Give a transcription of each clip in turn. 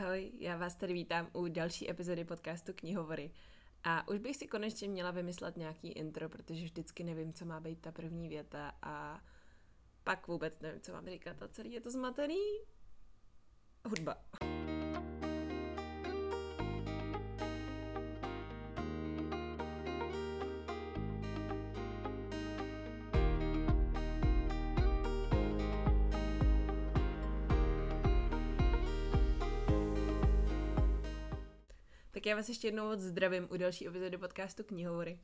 Ahoj, já vás tady vítám u další epizody podcastu Knihovory. A už bych si konečně měla vymyslet nějaký intro, protože vždycky nevím, co má být ta první věta a pak vůbec nevím, co mám říkat a celý je to zmatený. Hudba. Tak já vás ještě jednou moc zdravím u další epizody podcastu Knihovory.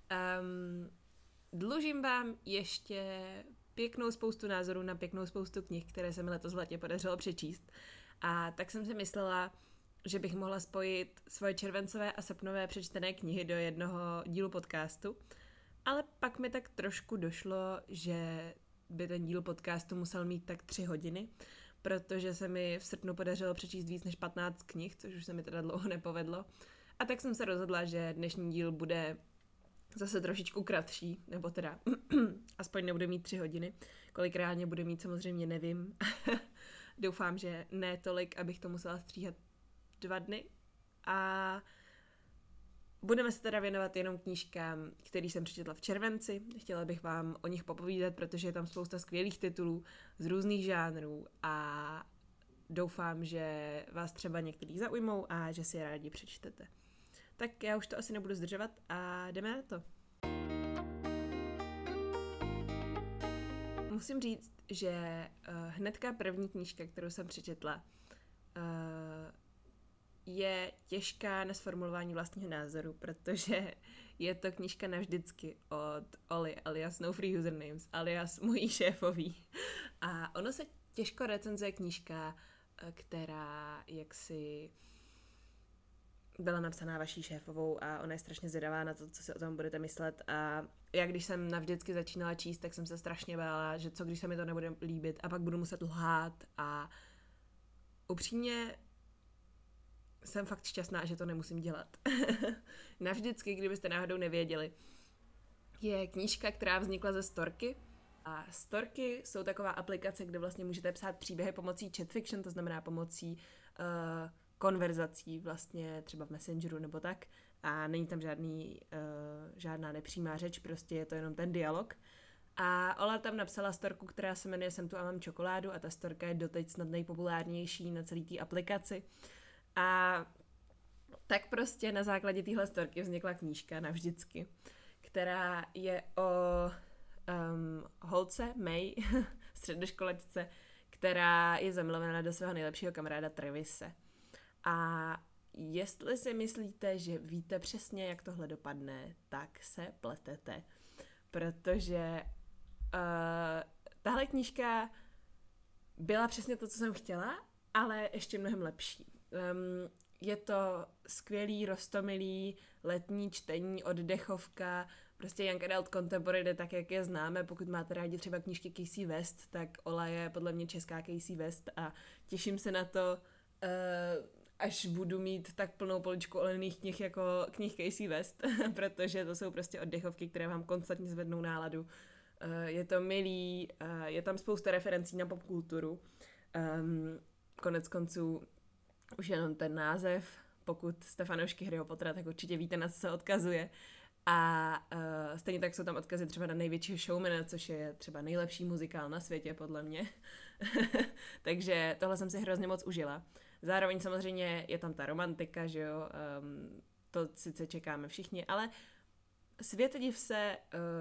Dlužím vám ještě pěknou spoustu názorů na pěknou spoustu knih, které se mi letos v létě podařilo přečíst. A tak jsem si myslela, že bych mohla spojit svoje červencové a srpnové přečtené knihy do jednoho dílu podcastu. Ale pak mi tak trošku došlo, že by ten díl podcastu musel mít tak 3 hodiny, protože se mi v srpnu podařilo přečíst víc než 15 knih, což už se mi teda dlouho nepovedlo. A tak jsem se rozhodla, že dnešní díl bude zase trošičku kratší, nebo teda aspoň nebude mít 3 hodiny. Kolik reálně bude mít, samozřejmě nevím. Doufám, že ne tolik, abych to musela stříhat 2 dny. A budeme se teda věnovat jenom knížkám, který jsem přečetla v červenci. Chtěla bych vám o nich popovídat, protože je tam spousta skvělých titulů z různých žánrů a doufám, že vás třeba některý zaujmou a že si je rádi přečtete. Tak já už to asi nebudu zdržovat a jdeme na to. Musím říct, že hnedka první knížka, kterou jsem přečetla, je těžká na sformulování vlastního názoru, protože je to knížka navždycky od Oli, alias No Free Usernames, alias mojí šéfový. A ono se těžko recenzuje knížka, která jaksi byla napsaná vaší šéfovou a ona je strašně zvědavá na to, co si o tom budete myslet. A já když jsem navždycky začínala číst, tak jsem se strašně bála, že co když se mi to nebude líbit a pak budu muset lhát a upřímně jsem fakt šťastná, že to nemusím dělat. Navždycky, kdybyste náhodou nevěděli, je knížka, která vznikla ze Storky. A Storky jsou taková aplikace, kde vlastně můžete psát příběhy pomocí chat fiction, to znamená pomocí konverzací vlastně třeba v Messengeru nebo tak. A není tam žádná nepřímá řeč, prostě je to jenom ten dialog. A Ola tam napsala storku, která se jmenuje Jsem tu a mám čokoládu a ta storka je doteď snad nejpopulárnější na celé té aplikaci. A tak prostě na základě téhle storky vznikla knížka navždycky, která je o holce May, středoškolačce, která je zamilovaná do svého nejlepšího kamaráda Travise. A jestli si myslíte, že víte přesně, jak tohle dopadne, tak se pletete. Protože tahle knížka byla přesně to, co jsem chtěla, ale ještě mnohem lepší. Je to skvělý, roztomilý, letní čtení, oddechovka, prostě young adult contemporary jde tak, jak je známe. Pokud máte rádi třeba knížky Casey West, tak Ola je podle mě česká Casey West a těším se na to, až budu mít tak plnou poličku olených knih jako knih Casey West, protože to jsou prostě oddechovky, které vám konstantně zvednou náladu. Je to milý, je tam spousta referencí na popkulturu. Konec konců už jenom ten název, pokud jste fanoušky Harryho Pottera, tak určitě víte, na co se odkazuje. A stejně tak jsou tam odkazy třeba na Největšího showmana, což je třeba nejlepší muzikál na světě, podle mě. Takže tohle jsem si hrozně moc užila. Zároveň samozřejmě je tam ta romantika, že jo, to sice čekáme všichni, ale světe div se,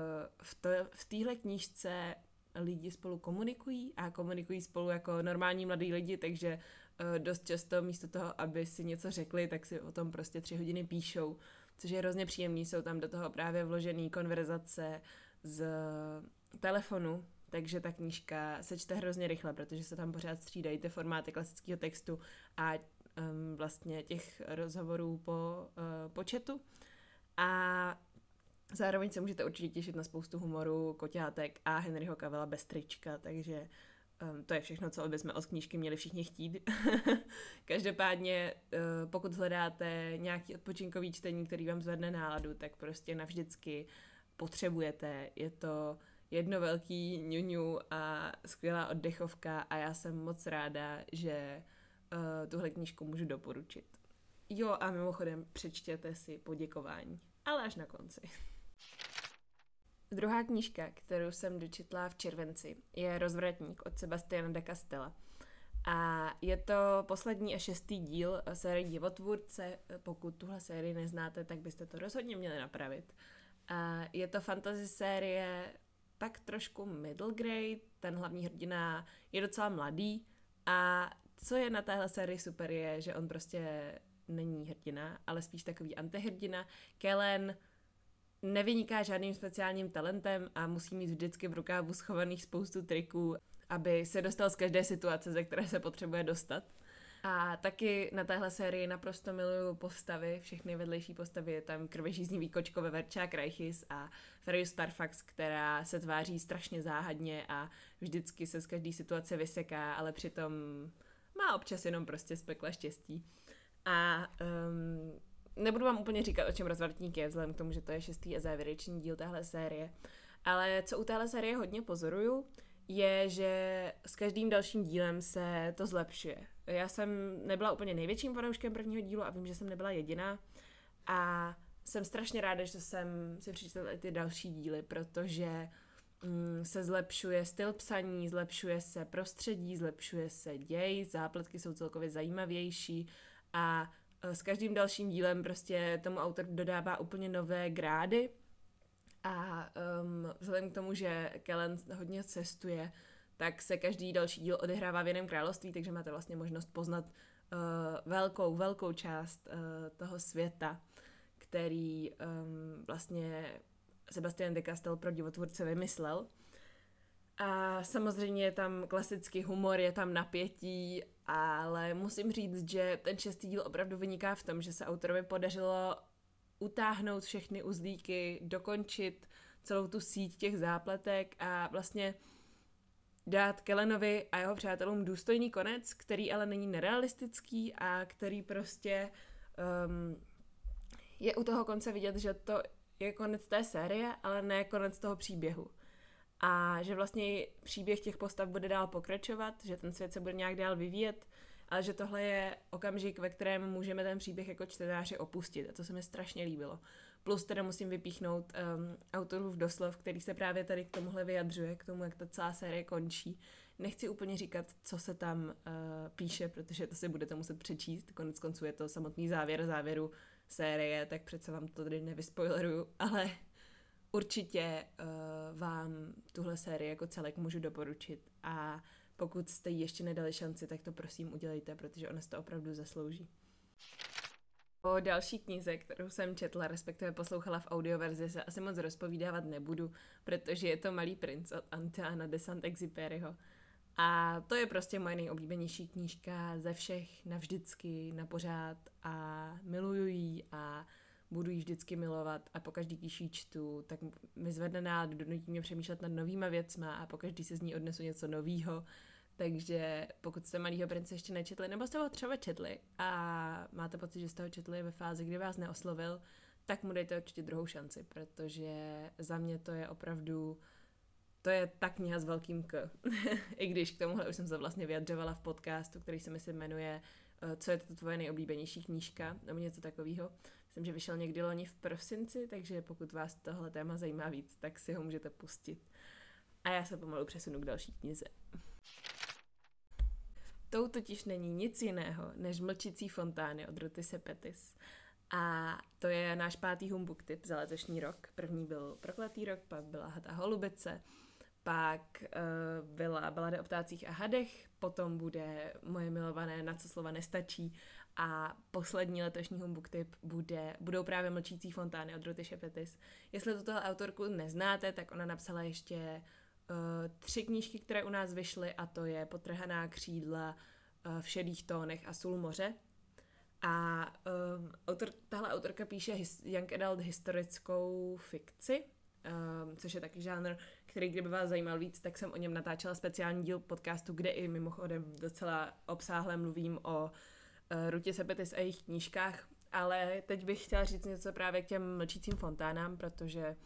v téhle knížce lidi spolu komunikují a komunikují spolu jako normální mladí lidi, takže dost často místo toho, aby si něco řekli, tak si o tom prostě 3 hodiny píšou, což je hrozně příjemný. Jsou tam do toho právě vložený konverzace z telefonu, takže ta knížka se čte hrozně rychle, protože se tam pořád střídají ty formáty klasického textu a vlastně těch rozhovorů po chatu. A zároveň se můžete určitě těšit na spoustu humoru, koťátek a Henryho Cavilla bez trička, takže to je všechno, co bychom od knížky měli všichni chtít. Každopádně, pokud hledáte nějaký odpočinkový čtení, který vám zvedne náladu, tak prostě navždycky potřebujete. Je to jedno velký ňuňu a skvělá oddechovka a já jsem moc ráda, že tuhle knížku můžu doporučit. Jo, a mimochodem přečtěte si Poděkování, ale až na konci. Druhá knížka, kterou jsem dočetla v červenci, je Rozvratník od Sebastiana de Castella. A je to poslední a 6. díl série Divotvůrce. Pokud tuhle sérii neznáte, tak byste to rozhodně měli napravit. A je to fantasy série tak trošku middle grade, ten hlavní hrdina je docela mladý a co je na téhle sérii super je, že on prostě není hrdina, ale spíš takový antihrdina. Kellen nevyniká žádným speciálním talentem a musí mít vždycky v rukávu schovaných spoustu triků, aby se dostal z každé situace, ze které se potřebuje dostat. A taky na téhle sérii naprosto miluju postavy, všechny vedlejší postavy, je tam krvežíznivý kočko Veverčák Raichis a Ferius Starfax, která se tváří strašně záhadně a vždycky se z každé situace vyseká, ale přitom má občas jenom prostě z pekla štěstí. A nebudu vám úplně říkat, o čem Rozvratník je, vzhledem k tomu, že to je 6. a závěrečný díl téhle série, ale co u téhle série hodně pozoruju, je, že s každým dalším dílem se to zlepšuje. Já jsem nebyla úplně největším fanouškem prvního dílu a vím, že jsem nebyla jediná a jsem strašně ráda, že jsem si přečetla i ty další díly, protože se zlepšuje styl psaní, zlepšuje se prostředí, zlepšuje se děj, zápletky jsou celkově zajímavější a s každým dalším dílem prostě tomu autor dodává úplně nové grády. A vzhledem k tomu, že Kellen hodně cestuje, tak se každý další díl odehrává v jiném království, takže máte vlastně možnost poznat velkou část toho světa, který vlastně Sebastian de Castell pro Divotvůrce vymyslel. A samozřejmě je tam klasický humor, je tam napětí, ale musím říct, že ten 6. díl opravdu vyniká v tom, že se autorovi podařilo utáhnout všechny uzlíky, dokončit celou tu síť těch zápletek a vlastně dát Kellenovi a jeho přátelům důstojný konec, který ale není nerealistický a který prostě je u toho konce vidět, že to je konec té série, ale ne konec toho příběhu. A že vlastně příběh těch postav bude dál pokračovat, že ten svět se bude nějak dál vyvíjet, ale že tohle je okamžik, ve kterém můžeme ten příběh jako čtenáři opustit. A to se mi strašně líbilo. Plus teda musím vypíchnout autorův doslov, který se právě tady k tomuhle vyjadřuje, k tomu, jak ta celá série končí. Nechci úplně říkat, co se tam píše, protože to si budete muset přečíst. Konec konců je to samotný závěru série, tak přece vám to tady nevyspoileruju, ale určitě vám tuhle sérii jako celek můžu doporučit a pokud jste jí ještě nedali šanci, tak to prosím udělejte, protože ona si to opravdu zaslouží. O další knize, kterou jsem četla, respektive poslouchala v audioverzi, se asi moc rozpovídávat nebudu, protože je to Malý princ od Antoine de Saint-Exupéryho. A to je prostě moje nejoblíbenější knížka ze všech, navždycky, na pořád a miluju ji a budu ji vždycky milovat a pokaždý, když ji čtu, tak mi zvedne náladu, donutí mě přemýšlet nad novýma věcma a pokaždý se z ní odnesu něco novýho. Takže pokud jste Malýho prince ještě nečetli, nebo jste ho třeba četli a máte pocit, že jste ho četli ve fázi, kdy vás neoslovil, tak mu dejte určitě druhou šanci, protože za mě to je opravdu, to je ta kniha s velkým K. I když k tomuhle už jsem se vlastně vyjadřovala v podcastu, který se myslím jmenuje Co je to tvoje nejoblíbenější knížka, nebo něco takového. Myslím, že vyšel někdy loni v prosinci, takže pokud vás tohle téma zajímá víc, tak si ho můžete pustit. A já se pomalu přesunu k další knize. Tou totiž není nic jiného, než Mlčící fontány od Ruty Sepetys. A to je náš 5. humbug tip za letošní rok. První byl Prokletý rok, pak byla Hata holubice, pak byla Balada o ptácích a hadech, potom bude Moje milované Na co slova nestačí a poslední letošní humbug tip budou právě Mlčící fontány od Ruty Sepetys. Jestli tuto autorku neznáte, tak ona napsala ještě 3 knížky, které u nás vyšly a to je Potrhaná křídla, V šedých tónech a Sůl moře. A tahle autorka píše young adult historickou fikci, což je taky žánr, který kdyby vás zajímal víc, tak jsem o něm natáčela speciální díl podcastu, kde i mimochodem docela obsáhle mluvím o Rutě Sepetys a jejich knížkách, ale teď bych chtěla říct něco právě k těm Mlčícím fontánám, protože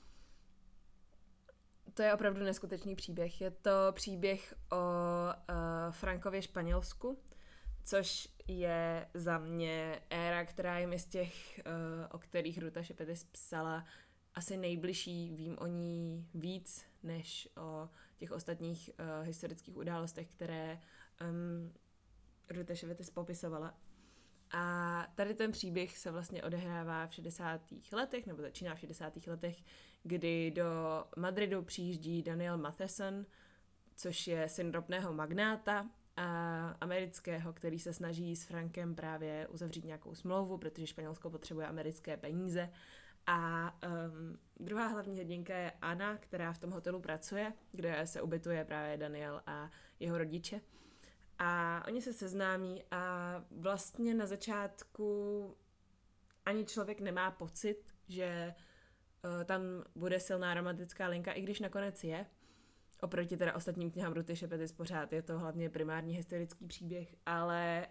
to je opravdu neskutečný příběh. Je to příběh o Frankově Španělsku, což je za mě éra, která je mi z těch, o kterých Ruta Šepetis psala, asi nejbližší. Vím o ní víc, než o těch ostatních historických událostech, které Ruta Šepetis popisovala. A tady ten příběh se vlastně odehrává v 60. letech, nebo začíná v 60. letech, kdy do Madridu přijíždí Daniel Matheson, což je syn ropného magnáta amerického, který se snaží s Frankem právě uzavřít nějakou smlouvu, protože Španělsko potřebuje americké peníze. A druhá hlavní hrdinka je Anna, která v tom hotelu pracuje, kde se ubytuje právě Daniel a jeho rodiče. A oni se seznámí a vlastně na začátku ani člověk nemá pocit, že tam bude silná romantická linka, i když nakonec je. Oproti teda ostatním knihám Ruty Šepetis pořád je to hlavně primární historický příběh, ale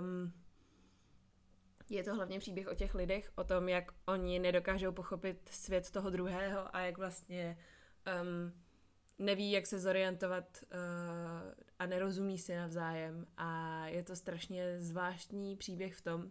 je to hlavně příběh o těch lidech, o tom, jak oni nedokážou pochopit svět toho druhého a jak vlastně neví, jak se zorientovat a nerozumí si navzájem. A je to strašně zvláštní příběh v tom,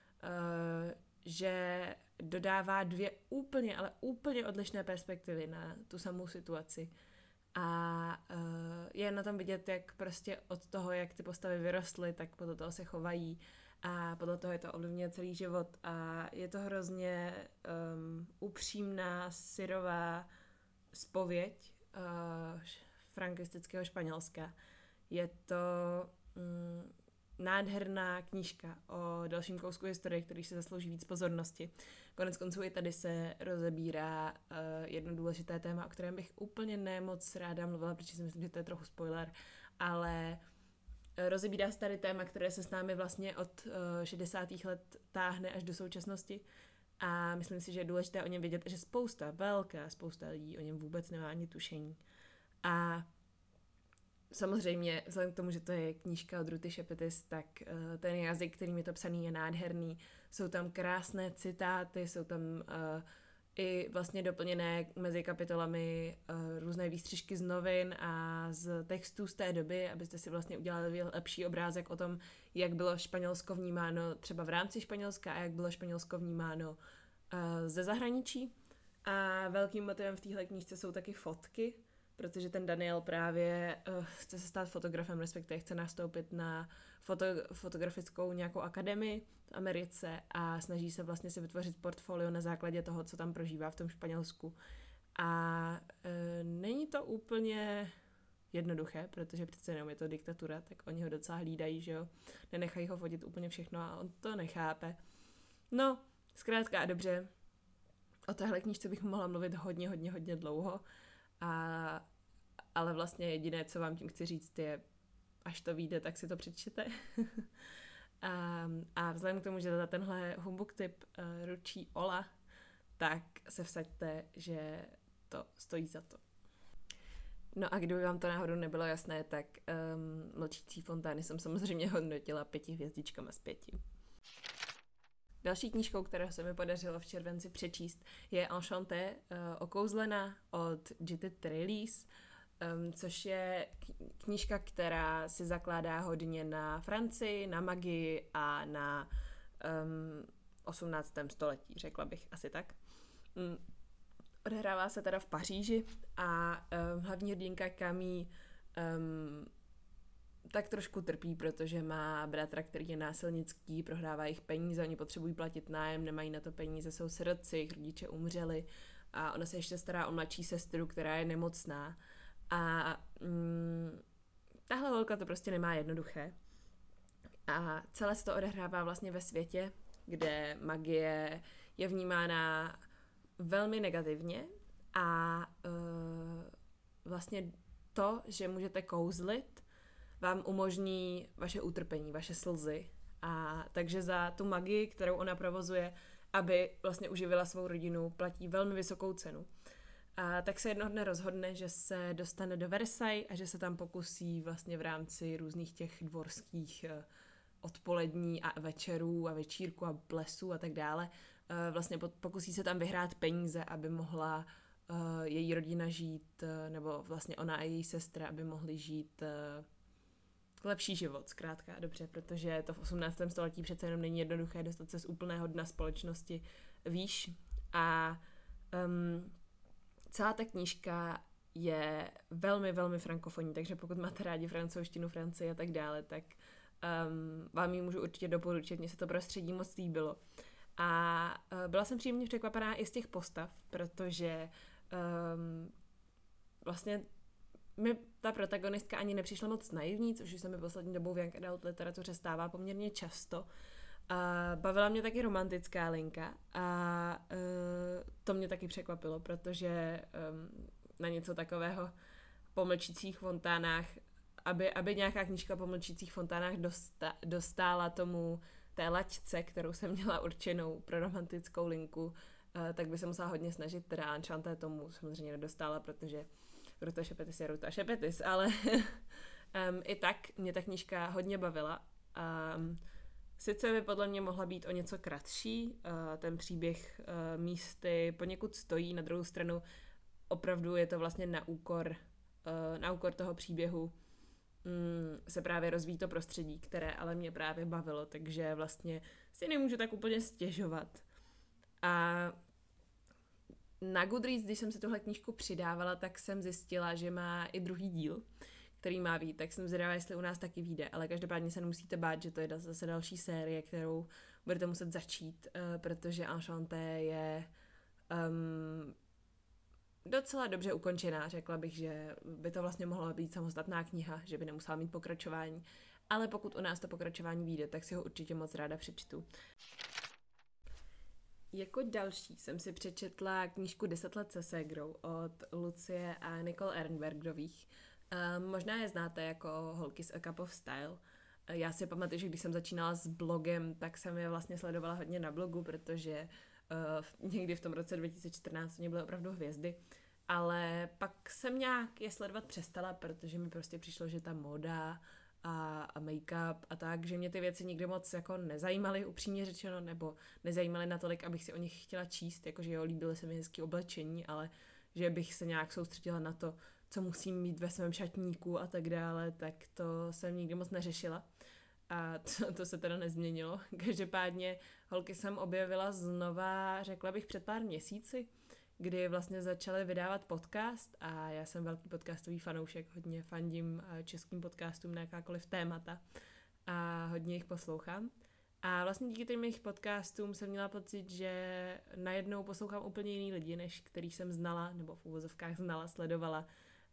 že dodává dvě úplně, ale úplně odlišné perspektivy na tu samou situaci. A je na tom vidět, jak prostě od toho, jak ty postavy vyrostly, tak podle toho se chovají a podle toho je to ovlivňuje celý život. A je to hrozně upřímná, syrová zpověď frankistického Španělska. Je to nádherná knížka o dalším kousku historie, který se zaslouží víc pozornosti. Konec konců i tady se rozebírá jedno důležité téma, o kterém bych úplně nemoc ráda mluvila, protože si myslím, že to je trochu spoiler, ale rozebírá se tady téma, které se s námi vlastně od 60. let táhne až do současnosti a myslím si, že je důležité o něm vědět, že velká spousta lidí o něm vůbec nemá ani tušení. A samozřejmě, vzhledem k tomu, že to je knížka od Ruty Šepetis, tak ten jazyk, kterým je to psaný, je nádherný. Jsou tam krásné citáty, jsou tam i vlastně doplněné mezi kapitolami různé výstřižky z novin a z textů z té doby, abyste si vlastně udělali lepší obrázek o tom, jak bylo Španělsko vnímáno třeba v rámci Španělska a jak bylo Španělsko vnímáno ze zahraničí. A velkým motivem v téhle knížce jsou taky fotky, protože ten Daniel právě chce se stát fotografem, respektive chce nastoupit na fotografickou nějakou akademii v Americe a snaží se vlastně si vytvořit portfolio na základě toho, co tam prožívá v tom Španělsku. A není to úplně jednoduché, protože přece jenom je to diktatura, tak oni ho docela hlídají, že jo. Nenechají ho fotit úplně všechno a on to nechápe. No, zkrátka a dobře, o téhle knížce bych mohla mluvit hodně dlouho. Ale vlastně jediné, co vám tím chci říct, je, až to vyjde, tak si to přečtěte. a vzhledem k tomu, že za tenhle humbug tip ručí Ola, tak se vsaďte, že to stojí za to. No a kdyby vám to náhodou nebylo jasné, tak Mlčící fontány jsem samozřejmě hodnotila 5 hvězdičkama z 5. Další knížkou, kterou se mi podařilo v červenci přečíst, je Enchanté, Okouzlená od Jity Trelease, což je knížka, která si zakládá hodně na Francii, na magii a na 18. století, řekla bych asi tak. Odehrává se teda v Paříži a hlavní hrdinka Camille tak trošku trpí, protože má bratra, který je násilnický, prohrává jejich peníze, oni potřebují platit nájem, nemají na to peníze, jsou sirotci, jejich rodiče umřeli a ona se ještě stará o mladší sestru, která je nemocná. A tahle holka to prostě nemá jednoduché. A celé se to odehrává vlastně ve světě, kde magie je vnímána velmi negativně a vlastně to, že můžete kouzlit, vám umožní vaše utrpení, vaše slzy. A takže za tu magii, kterou ona provozuje, aby vlastně uživila svou rodinu, platí velmi vysokou cenu. A tak se jednoho dne rozhodne, že se dostane do Versailles a že se tam pokusí vlastně v rámci různých těch dvorských odpolední a večerů a večírku a plesů a tak dále, vlastně pokusí se tam vyhrát peníze, aby mohla její rodina žít, nebo vlastně ona a její sestra, aby mohly žít lepší život, zkrátka dobře, protože to v 18. století přece jenom není jednoduché dostat se z úplného dna společnosti výš. A celá ta knížka je velmi, velmi frankofonní, takže pokud máte rádi francouzštinu, Francii a tak dále, tak vám ji můžu určitě doporučit, mně se to prostředí moc líbilo. A byla jsem příjemně překvapená i z těch postav, protože vlastně mi ta protagonistka ani nepřišla moc naivní, což se mi poslední dobou v young adult literatuře stává poměrně často. Bavila mě taky romantická linka a to mě taky překvapilo, protože na něco takového po mlčících fontánách, aby nějaká knížka po mlčících fontánách dostála tomu té laťce, kterou jsem měla určenou pro romantickou linku, tak by se musela hodně snažit, teda Enchanté tomu samozřejmě nedostála, protože Ruta Šepetis je Ruta Šepetis, ale i tak mě ta knížka hodně bavila. Sice by podle mě mohla být o něco kratší, ten příběh místy poněkud stojí, na druhou stranu opravdu je to vlastně na úkor toho příběhu se právě rozvíjí to prostředí, které ale mě právě bavilo, takže vlastně si nemůžu tak úplně stěžovat. A na Goodreads, když jsem si tuhle knížku přidávala, tak jsem zjistila, že má i druhý díl, který má vyjít, tak jsem zvědavá, jestli u nás taky vyjde, ale každopádně se nemusíte bát, že to je zase další série, kterou budete muset začít, protože Enchanté je docela dobře ukončená, řekla bych, že by to vlastně mohla být samostatná kniha, že by nemusela mít pokračování, ale pokud u nás to pokračování vyjde, tak si ho určitě moc ráda přečtu. Jako další jsem si přečetla knížku 10 let se ségrou od Lucie a Nicole Ehrenbergerových. Možná je znáte jako Holky z A Cup of Style. Já si pamatuju, že když jsem začínala s blogem, tak jsem je vlastně sledovala hodně na blogu, protože někdy v tom roce 2014 mě byly opravdu hvězdy. Ale pak jsem nějak je sledovat přestala, protože mi prostě přišlo, že ta móda a make-up a tak, že mě ty věci nikdy moc jako nezajímaly, upřímně řečeno, nebo nezajímaly natolik, abych si o nich chtěla číst, jakože jo, líbily se mi hezký oblečení, ale že bych se nějak soustředila na to, co musím mít ve svém šatníku a tak dále, tak to jsem nikdy moc neřešila. A to se teda nezměnilo. Každopádně Holky jsem objevila znova, řekla bych, před pár měsíci, kdy vlastně začali vydávat podcast a já jsem velký podcastový fanoušek, hodně fandím českým podcastům na jakákoliv témata a hodně jich poslouchám. A vlastně díky těm jejich podcastům jsem měla pocit, že najednou poslouchám úplně jiný lidi, než který jsem znala, nebo v uvozovkách znala, sledovala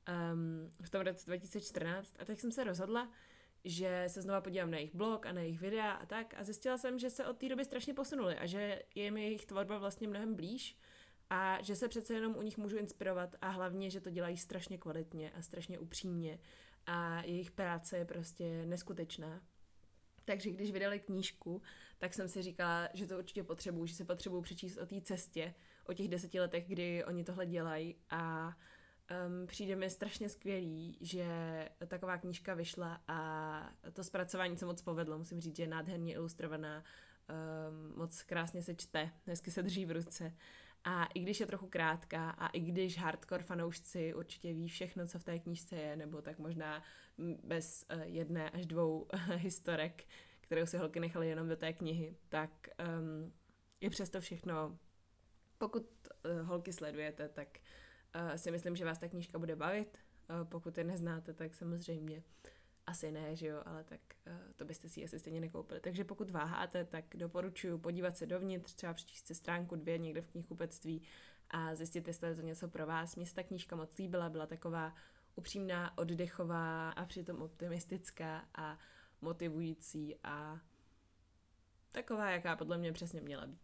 v tom roce 2014. A tak jsem se rozhodla, že se znova podívám na jejich blog a na jejich videa a tak. A zjistila jsem, že se od té doby strašně posunuli a že je mi jejich tvorba vlastně mnohem blíž a že se přece jenom u nich můžu inspirovat a hlavně, že to dělají strašně kvalitně a strašně upřímně a jejich práce je prostě neskutečná. Takže když vydali knížku, tak jsem si říkala, že to určitě potřebuju, že se potřebuju přečíst o té cestě, o těch 10 letech, kdy oni tohle dělají a přijde mi strašně skvělý, že taková knížka vyšla a to zpracování se moc povedlo. Musím říct, že je nádherně ilustrovaná, moc krásně se čte, hezky se drží v ruce. A i když je trochu krátká a i když hardcore fanoušci určitě ví všechno, co v té knížce je, nebo tak možná bez 1 až 2 historek, kterou si holky nechaly jenom do té knihy, tak je přesto všechno, pokud holky sledujete, tak si myslím, že vás ta knížka bude bavit. Pokud je neznáte, tak samozřejmě asi ne, že jo, ale tak to byste si asi stejně nekoupili. Takže pokud váháte, tak doporučuji podívat se dovnitř, třeba přečíst si stránku 2 někde v knihkupectví a zjistit, jestli je to něco pro vás. Mně se ta knížka moc líbila, byla taková upřímná, oddechová a přitom optimistická a motivující a taková, jaká podle mě přesně měla být.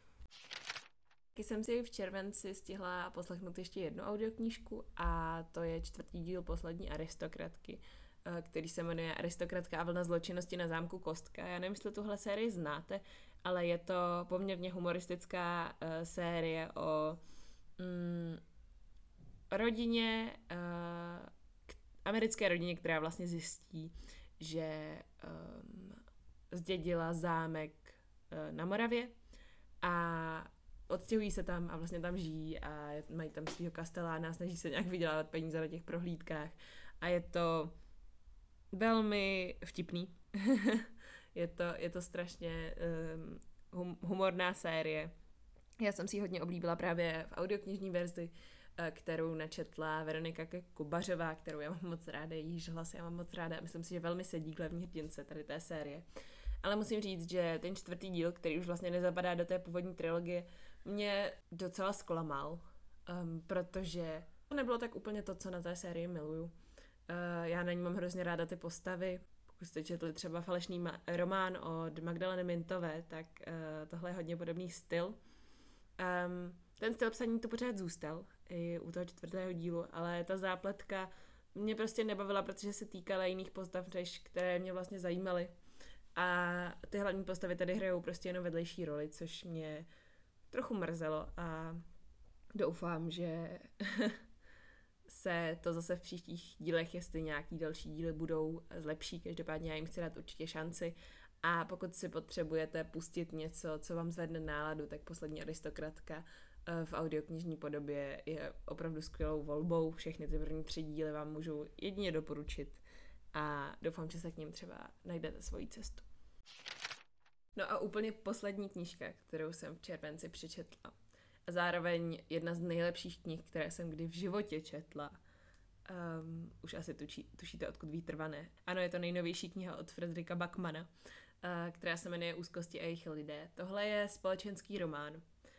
Taky jsem si v červenci stihla poslechnout ještě jednu audioknížku a to je 4. díl poslední Aristokratky, který se jmenuje Aristokratská vlna zločinnosti na zámku Kostka. Já nevím, jestli tuhle sérii znáte, ale je to poměrně humoristická série o rodině, americké rodině, která vlastně zjistí, že zdědila zámek na Moravě a odstěhují se tam a vlastně tam žijí a mají tam svýho kastelána a snaží se nějak vydělávat peníze na těch prohlídkách a je to velmi vtipný. je to strašně humorná série. Já jsem si ji hodně oblíbila právě v audioknižní verzi, kterou načetla Veronika Kubařová, kterou já mám moc ráda, jejíž hlas já mám moc ráda. Myslím si, že velmi sedí k hlavní hrdince tady té série. Ale musím říct, že ten 4. díl, který už vlastně nezapadá do té původní trilogie, mě docela zklamal, protože to nebylo tak úplně to, co na té sérii miluju. Já na ní mám hrozně ráda ty postavy. Pokud jste četli třeba Falešný román od Magdaleny Mintové, tak tohle je hodně podobný styl. Ten styl psaní to pořád zůstal i u toho 4. dílu, ale ta zápletka mě prostě nebavila, protože se týkala jiných postav, než které mě vlastně zajímaly. A ty hlavní postavy tady hrajou prostě jenom vedlejší roli, což mě trochu mrzelo a doufám, že se to zase v příštích dílech, jestli nějaký další díly budou zlepší. Každopádně já jim chci dát určitě šanci. A pokud si potřebujete pustit něco, co vám zvedne náladu, tak Poslední aristokratka v audioknižní podobě je opravdu skvělou volbou. Všechny ty první 3 díly vám můžu jedině doporučit a doufám, že se k ním třeba najdete svoji cestu. No a úplně poslední knížka, kterou jsem v červenci přečetla. A zároveň jedna z nejlepších knih, které jsem kdy v životě četla. Už asi tušíte, odkud vítr vane. Ano, je to nejnovější kniha od Fredrika Backmana, která se jmenuje Úzkosti a jejich lidé. Tohle je společenský román.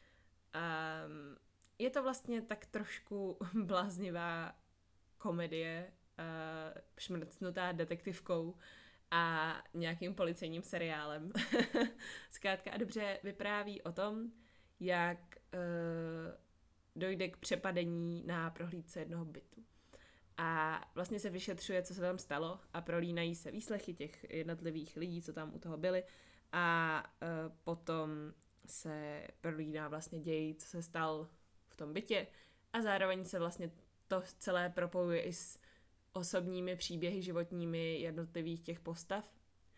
Je to vlastně tak trošku bláznivá komedie, šmrcnutá detektivkou a nějakým policejním seriálem. Zkrátka a dobře vypráví o tom, jak dojde k přepadení na prohlídce jednoho bytu. A vlastně se vyšetřuje, co se tam stalo a prolínají se výslechy těch jednotlivých lidí, co tam u toho byli a potom se prolíná vlastně děj, co se stalo v tom bytě a zároveň se vlastně to celé propojuje i s osobními příběhy životními jednotlivých těch postav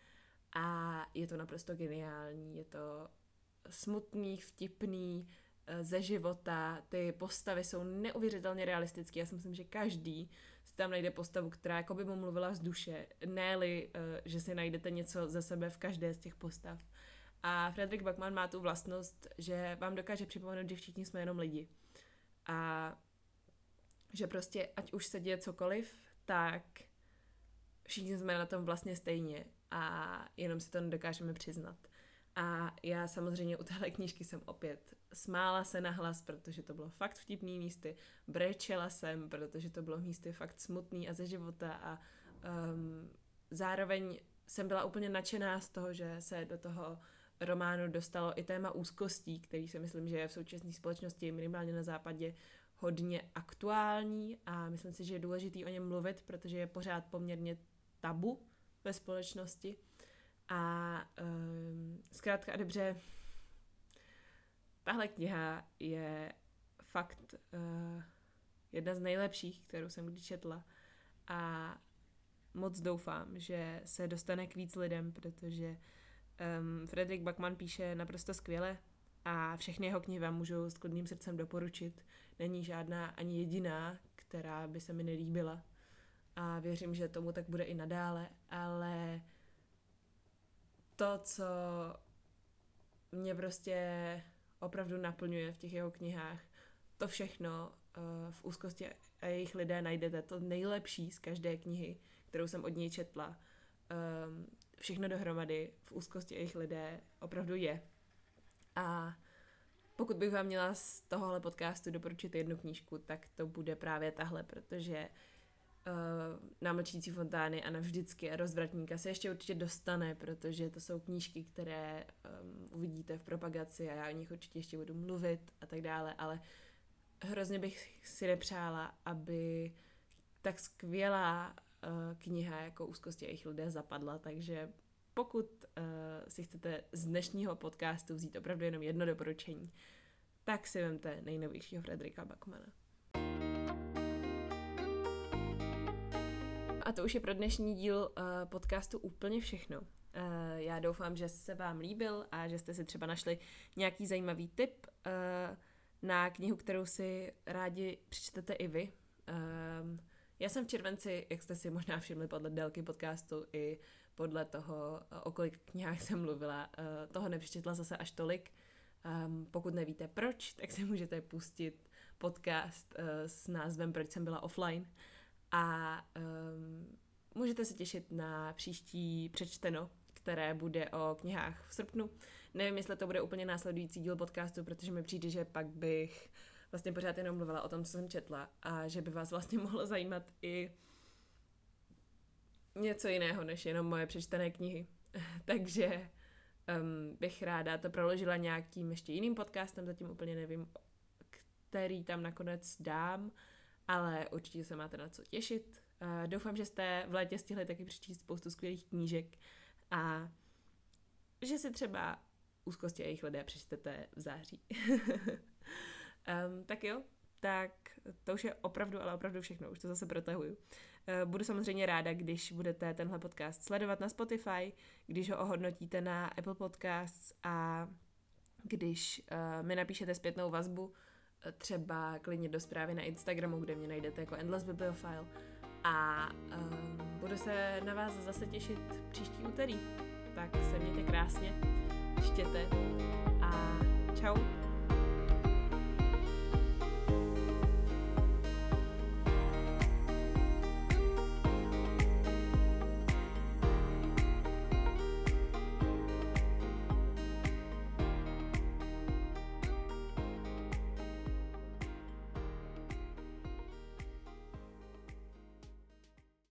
a je to naprosto geniální, je to smutný, vtipný, ze života, ty postavy jsou neuvěřitelně realistické, já si myslím, že každý si tam najde postavu, která jako by mu mluvila z duše, ne-li, že si najdete něco ze sebe v každé z těch postav. A Fredrik Backman má tu vlastnost, že vám dokáže připomenout, že všichni jsme jenom lidi. A že prostě, ať už se děje cokoliv, tak všichni jsme na tom vlastně stejně a jenom si to nedokážeme přiznat. A já samozřejmě u téhle knížky jsem opět smála se nahlas, protože to bylo fakt vtipný místy, brečela jsem, protože to bylo místy fakt smutný a ze života a zároveň jsem byla úplně nadšená z toho, že se do toho románu dostalo i téma úzkostí, který si myslím, že je v současné společnosti minimálně na západě hodně aktuální a myslím si, že je důležitý o něm mluvit, protože je pořád poměrně tabu ve společnosti. A zkrátka a dobře, tahle kniha je fakt jedna z nejlepších, kterou jsem kdy četla a moc doufám, že se dostane k víc lidem, protože Fredrik Backman píše naprosto skvěle a všechny jeho knihy vám můžu s klidným srdcem doporučit. Není žádná ani jediná, která by se mi nelíbila a věřím, že tomu tak bude i nadále, ale to, co mě prostě opravdu naplňuje v těch jeho knihách, to všechno v Úzkosti a jejich lidé najdete. To nejlepší z každé knihy, kterou jsem od něj četla. Všechno dohromady v Úzkosti a jejich lidé opravdu je. A pokud bych vám měla z tohohle podcastu doporučit jednu knížku, tak to bude právě tahle, protože na Mlčící fontány a na Vždycky a Rozvratníka se ještě určitě dostane, protože to jsou knížky, které uvidíte v propagaci a já o nich určitě ještě budu mluvit a tak dále, ale hrozně bych si nepřála, aby tak skvělá kniha jako Úzkosti a jejich lidé zapadla, takže pokud si chcete z dnešního podcastu vzít opravdu jenom jedno doporučení, tak si vemte nejnovějšího Fredrika Backmana. A to už je pro dnešní díl podcastu úplně všechno. Já doufám, že se vám líbil a že jste si třeba našli nějaký zajímavý tip na knihu, kterou si rádi přečtete i vy. Já jsem v červenci, jak jste si možná všimli podle délky podcastu i podle toho, o kolik knihách jsem mluvila, toho nepřečetla zase až tolik. Pokud nevíte proč, tak si můžete pustit podcast s názvem Proč jsem byla offline a můžete se těšit na příští přečteno, které bude o knihách v srpnu. Nevím, jestli to bude úplně následující díl podcastu, protože mi přijde, že pak bych vlastně pořád jenom mluvila o tom, co jsem četla a že by vás vlastně mohlo zajímat i něco jiného, než jenom moje přečtené knihy. Takže bych ráda to proložila nějakým ještě jiným podcastem, zatím úplně nevím, který tam nakonec dám, ale určitě se máte na co těšit. Doufám, že jste v létě stihli taky přečíst spoustu skvělých knížek a že si třeba Úzkosti a jejich lidé přečtete v září. Tak jo, tak to už je opravdu, ale opravdu všechno, už to zase protahuju. Budu samozřejmě ráda, když budete tenhle podcast sledovat na Spotify, když ho ohodnotíte na Apple Podcasts a když mi napíšete zpětnou vazbu, třeba klidně do zprávy na Instagramu, kde mě najdete jako Endless Bibliophile. A budu se na vás zase těšit příští úterý. Tak se mějte krásně, čtěte a čau.